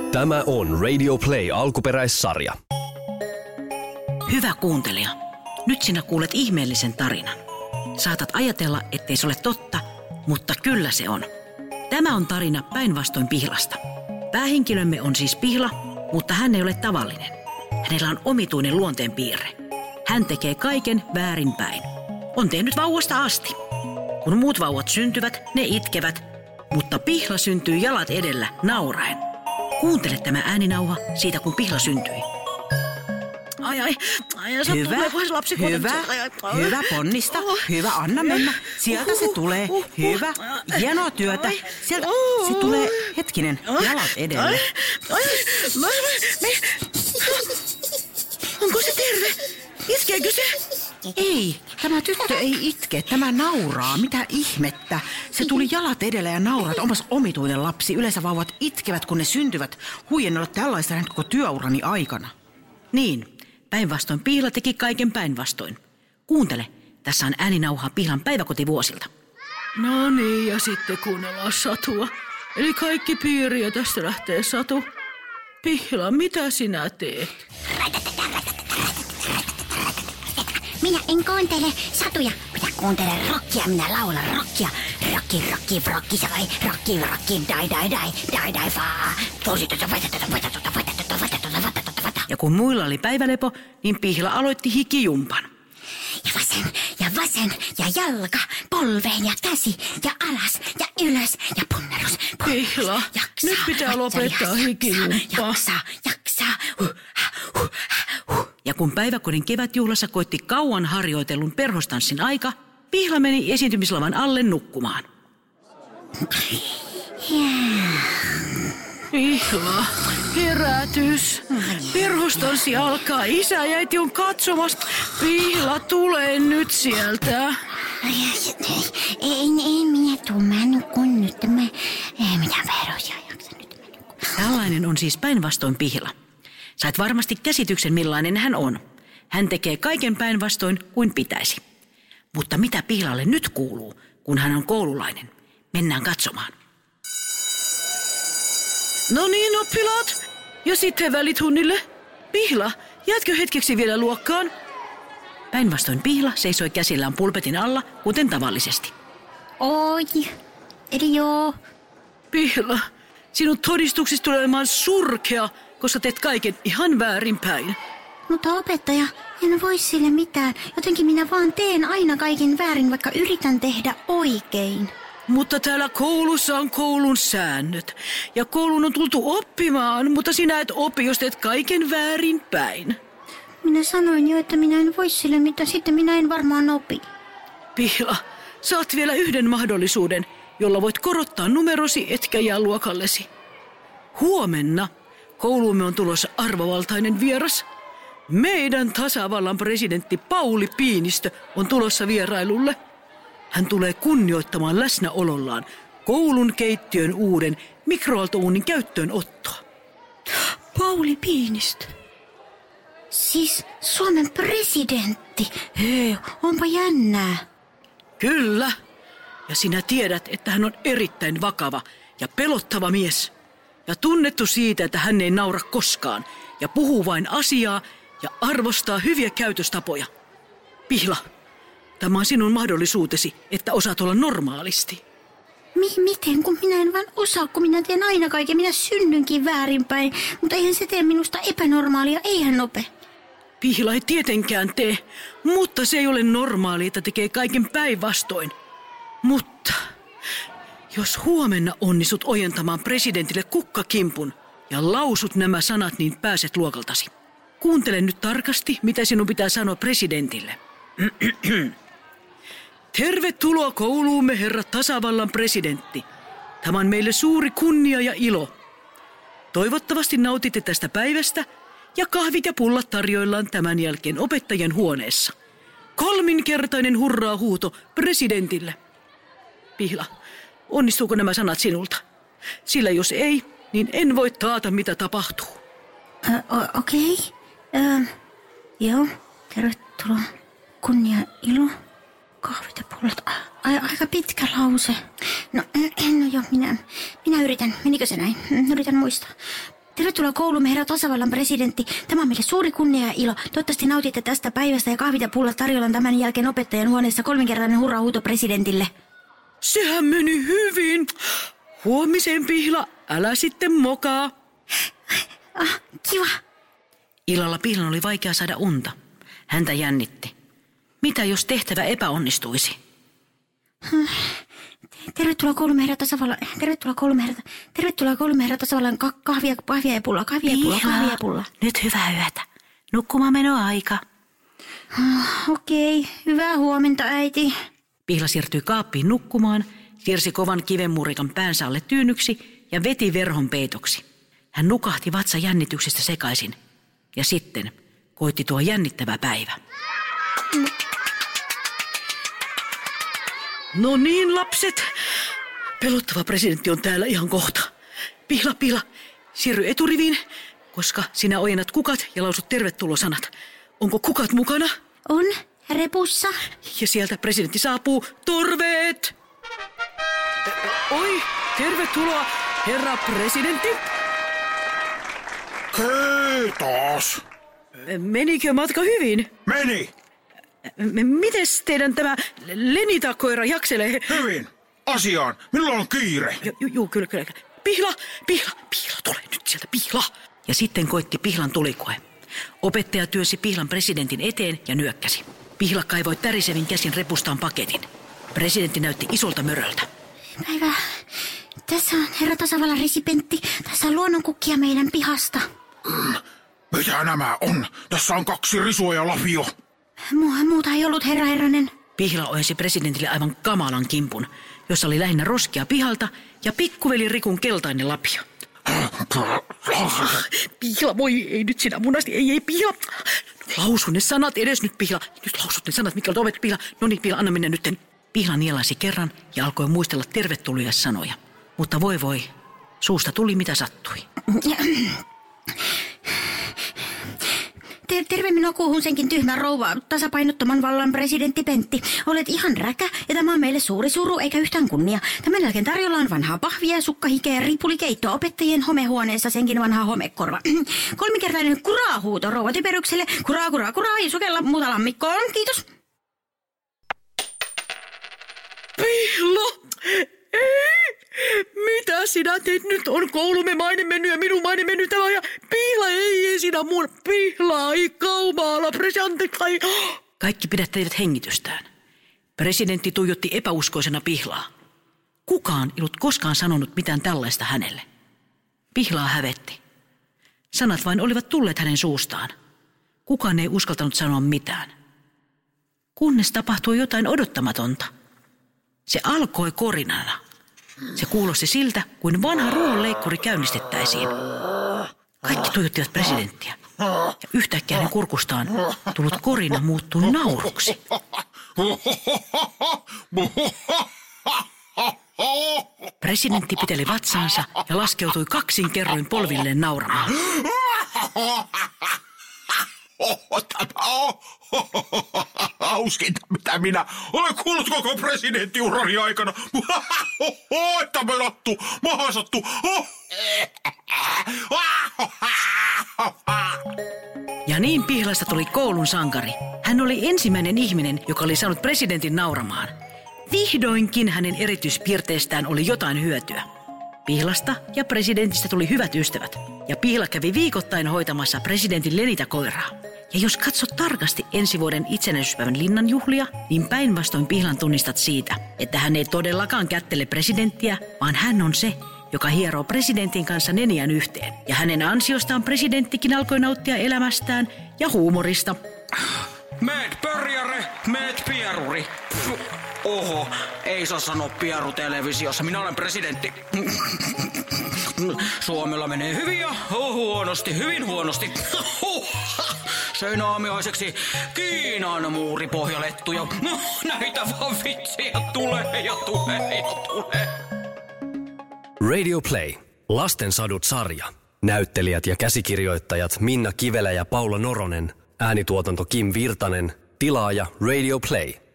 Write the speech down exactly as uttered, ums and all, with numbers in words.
Tämä on Radio Play alkuperäissarja. Hyvä kuuntelija, nyt sinä kuulet ihmeellisen tarinan. Saatat ajatella, ettei se ole totta, mutta kyllä se on. Tämä on tarina päinvastoin Pihlasta. Päähenkilömme on siis Pihla, mutta hän ei ole tavallinen. Hänellä on omituinen luonteenpiirre. Hän tekee kaiken väärinpäin. On tehnyt vauvasta asti. Kun muut vauvat syntyvät, ne itkevät, mutta Pihla syntyy jalat edellä nauraen. Kuuntele tämä ääninauha siitä, kun Pihla syntyi. Ai ai, ai hyvä, lapsi hyvä, ai, ai, ai. hyvä ponnista, oh. hyvä, anna mennä. Sieltä se tulee, hyvä, hienoa työtä. Sieltä se tulee, hetkinen, jalat edellä. Onko se terve? Itkeekö se? Ei, tämä tyttö ei itke, tämä nauraa, mitä ihmettä. Se tuli jalat edellä ja nauraa, että onpas omituinen lapsi. Yleensä vauvat itkevät, kun ne syntyvät. Hui, en ole tällaista nähnyt koko työurani aikana. Niin. Päinvastoin Pihla teki kaiken päinvastoin. Kuuntele, tässä on ääninauha Pihlan päiväkotivuosilta. No niin, ja sitten kuunnellaan satua. Eli kaikki piiri ja tästä lähtee satu. Pihla, mitä sinä teet? Minä en kuuntele satuja. Minä kuuntelen rockia, minä laulan rockia. Rocki, rocki, rocki, se vai rocki, rocki, dai, dai, dai, dai, dai, faa. Ja kun muilla oli päivälepo, niin Pihla aloitti hikijumpan. Ja vasen, ja vasen, ja jalka, polveen ja käsi, ja alas, ja ylös, ja punnerus. Pihla, jaksaa, nyt pitää lopettaa hikijumppaa. Jaksaa, jaksaa, huh, huh, huh. Ja kun päiväkodin kevätjuhlassa koitti kauan harjoitellun perhostanssin aika, Pihla meni esiintymislavan alle nukkumaan. Pihla, herätys. Perhostanssi alkaa. Isä ja äiti on katsomassa. Pihla, tulee nyt sieltä. Ei, ei minä tuu. Mä nukun nyt. Mä, ei mitään veroja jaksa nyt. Tällainen on siis päinvastoin Pihla. Sait varmasti käsityksen, millainen hän on. Hän tekee kaiken päinvastoin kuin pitäisi. Mutta mitä Pihlalle nyt kuuluu, kun hän on koululainen? Mennään katsomaan. No niin, oppilaat. Ja sitten välitunnille. Pihla, jäätkö hetkeksi vielä luokkaan? Päinvastoin Pihla seisoi käsillään pulpetin alla, kuten tavallisesti. Oi, eli joo. Pihla, sinun todistuksesi tulee olemaan surkea, koska teet kaiken ihan väärinpäin. Mutta opettaja, en voi sille mitään. Jotenkin minä vaan teen aina kaiken väärin, vaikka yritän tehdä oikein. Mutta täällä koulussa on koulun säännöt. Ja koulun on tultu oppimaan, mutta sinä et opi, jos teet kaiken väärinpäin. Minä sanoin jo, että minä en voi sille mitään. Sitten minä en varmaan opi. Pihla, saat vielä yhden mahdollisuuden, jolla voit korottaa numerosi etkä jää luokallesi. Huomenna kouluumme on tulossa arvovaltainen vieras. Meidän tasavallan presidentti Pauli Piinistö on tulossa vierailulle. Hän tulee kunnioittamaan läsnäolollaan koulun keittiön uuden mikroaaltouunin käyttöönottoa. Pauli Piinistö. Siis Suomen presidentti. Hei, onpa jännää. Kyllä. Ja sinä tiedät, että hän on erittäin vakava ja pelottava mies. Ja tunnettu siitä, että hän ei naura koskaan ja puhuu vain asiaa ja arvostaa hyviä käytöstapoja. Pihla, tämä on sinun mahdollisuutesi, että osaat olla normaalisti. Mi- miten, kun minä en vaan osaa, kun minä teen aina kaiken. Minä synnynkin väärinpäin, mutta eihän se tee minusta epänormaalia, eihän ope. Pihla ei tietenkään tee, mutta se ei ole normaalia, että tekee kaiken päinvastoin. Mutta jos huomenna onnistut ojentamaan presidentille kukkakimpun ja lausut nämä sanat, niin pääset luokaltasi. Kuuntele nyt tarkasti, mitä sinun pitää sanoa presidentille. Tervetuloa kouluumme, herra tasavallan presidentti. Tämä on meille suuri kunnia ja ilo. Toivottavasti nautitte tästä päivästä ja kahvit ja pullat tarjoillaan tämän jälkeen opettajien huoneessa. Kolminkertainen hurraa-huuto presidentille. Pihla, onnistuuko nämä sanat sinulta? Sillä jos ei, niin en voi taata, mitä tapahtuu. Uh, Okei. Okay. Uh, joo, tervetuloa. Kunnia, ilo, kahvit ja pullat. A, aika pitkä lause. No, no joo, minä, minä yritän. Menikö se näin? Yritän muistaa. Tervetuloa koulumme, herra tasavallan presidentti. Tämä on meille suuri kunnia ja ilo. Toivottavasti nautitte tästä päivästä ja kahvit ja pullat tarjolla tämän jälkeen opettajan huoneessa kolminkertainen hurrahuuto presidentille. Sehän meni hyvin. Huomiseen, Pihla. Älä sitten mokaa. Ah, kiva. Illalla Pihlan oli vaikea saada unta. Häntä jännitti. Mitä jos tehtävä epäonnistuisi? Tervetuloa koulumme, herra tasavallan. Tervetuloa koulumme, herra. Tervetuloa koulumme, herra tasavallan. Ka- kahvia, kahvia ja pulla, kahvia ja pulla, kahvia ja pulla. Nyt hyvää yötä. Nukkumaan menoaika. Ah, okei, okay. Hyvää huomenta, äiti. Pihla siirtyi kaappiin nukkumaan, siirsi kovan kivenmurikan päänsä alle tyynyksi ja veti verhon peitoksi. Hän nukahti vatsa jännityksestä sekaisin. Ja sitten koitti tuo jännittävä päivä. No niin, lapset. Pelottava presidentti on täällä ihan kohta. Pihla, Pihla, siirry eturiviin, koska sinä ojennat kukat ja lausut tervetulosanat. Onko kukat mukana? On, repussa. Ja sieltä presidentti saapuu. Torveet! Oi, tervetuloa, herra presidentti. Kiitos. Menikö matka hyvin? Meni. Mites teidän tämä Lenita-koira jakselee? Hyvin. Asiaan. Minulla on kiire. Ju, ju, kyllä, kyllä. Pihla, Pihla, Pihla, tule nyt sieltä, Pihla. Ja sitten koitti Pihlan tulikoe. Opettaja työsi Pihlan presidentin eteen ja nyökkäsi. Pihla kaivoi tärisevin käsin repustaan paketin. Presidentti näytti isolta möröltä. Päivä. Tässä on herra tasavallan resipentti. Tässä on luonnonkukkia meidän pihasta. Mm. Mitä nämä on? Tässä on kaksi risua ja lapio. Mua muuta ei ollut, herra herranen. Pihla ojensi presidentille aivan kamalan kimpun, jossa oli lähinnä roskia pihalta ja pikkuveli Rikun keltainen lapio. Pihla, voi, ei nyt sinä munasti, ei, ei, Pihla. Lausu ne sanat edes nyt, Pihla. Nyt lausut ne sanat, mikä olet ovet, Pihla. No niin, Pihla, anna mennä nytten. Pihla nielasi kerran ja alkoi muistella tervetuloja sanoja. Mutta voi voi, suusta tuli mitä sattui. Terve minua kuuhun senkin tyhmän rouva, tasapainottoman vallan presidentti Pentti. Olet ihan räkä ja tämä on meille suuri suru eikä yhtään kunnia. Tämän jälkeen tarjolla on vanhaa pahvia, sukkahikeä ja ripulikeittoa opettajien homehuoneessa, senkin vanhaa homekorva. Kolmikertainen kuraahuuto rouva typerykselle. Kuraa, kuraa, kuraa ja sukella muuta lammikkoon. Kiitos. Pihla! Ei! Mitä sinä teet? Nyt on koulumme maine mennyt ja minun maine mennyt tämä ja Pihla ei, ei sinä mun Pihla, ei kaumaala, presidentti, ai. Kaikki pidättelivät hengitystään. Presidentti tuijotti epäuskoisena Pihlaa. Kukaan ei ollut koskaan sanonut mitään tällaista hänelle. Pihlaa hävetti. Sanat vain olivat tulleet hänen suustaan. Kukaan ei uskaltanut sanoa mitään. Kunnes tapahtui jotain odottamatonta. Se alkoi korinana. Se kuulosti siltä, kuin vanha ruoanleikkuri käynnistettäisiin. Kaikki tuijottivat presidenttiä. Ja yhtäkkiä hänen kurkustaan tullut korina muuttui nauruksi. Presidentti piteli vatsaansa ja laskeutui kaksin kerroin polvilleen nauramaan. Tämä on hauskinta, mitä minä olen kuullut koko presidenttiurani aikana. Että me sattuu, maha sattuu. Ja niin Pihlasta tuli koulun sankari. Hän oli ensimmäinen ihminen, joka oli saanut presidentin nauramaan. Vihdoinkin hänen erityispiirteestään oli jotain hyötyä. Pihlasta ja presidentistä tuli hyvät ystävät. Ja Pihla kävi viikoittain hoitamassa presidentin Lenita-koiraa. Ja jos katsot tarkasti ensi vuoden itsenäisyyspäivän linnanjuhlia, niin päinvastoin Pihlan tunnistat siitä, että hän ei todellakaan kättele presidenttiä, vaan hän on se, joka hieroo presidentin kanssa nenijän yhteen. Ja hänen ansiostaan presidenttikin alkoi nauttia elämästään ja huumorista. Meet pörjäre, meet pieruri. Oho, ei saa sanoa pieru televisiossa. Minä olen presidentti. Suomella menee hyvin ja huonosti, hyvin huonosti. Söin aamiaiseksi Kiinan muuripohjalettuja. Näitä vaan vitsiä tulee ja tulee ja tulee. Radio Play. Lasten sadut sarja. Näyttelijät ja käsikirjoittajat Minna Kivelä ja Paula Noronen. Äänituotanto Kim Virtanen. Tilaaja Radio Play.